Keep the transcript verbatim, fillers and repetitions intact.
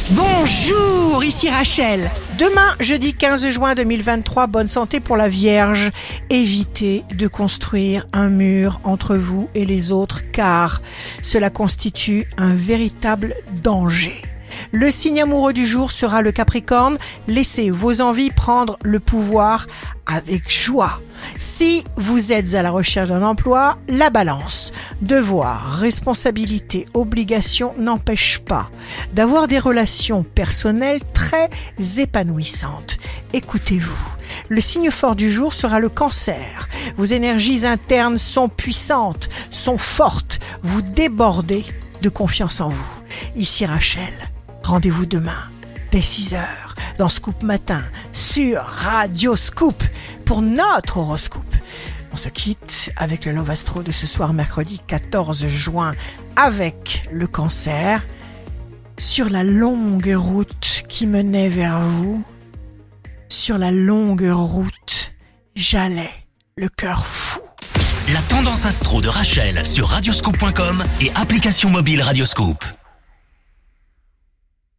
Bonjour, ici Rachel. Demain, jeudi quinze juin deux mille vingt-trois, bonne santé pour la Vierge. Évitez de construire un mur entre vous et les autres car cela constitue un véritable danger. Le signe amoureux du jour sera le Capricorne. Laissez vos envies prendre le pouvoir avec joie. Si vous êtes à la recherche d'un emploi, la Balance. Devoir, responsabilité, obligation n'empêche pas d'avoir des relations personnelles très épanouissantes. Écoutez-vous. Le signe fort du jour sera le Cancer. Vos énergies internes sont puissantes, sont fortes. Vous débordez de confiance en vous. Ici Rachel. Rendez-vous demain, dès six heures, dans Scoop Matin, sur Radio Scoop, pour notre horoscope. On se quitte avec le Love Astro de ce soir, mercredi quatorze juin, avec le Cancer. Sur la longue route qui menait vers vous, sur la longue route, j'allais le cœur fou. La tendance astro de Rachel sur radioscoop point com et application mobile Radioscoop.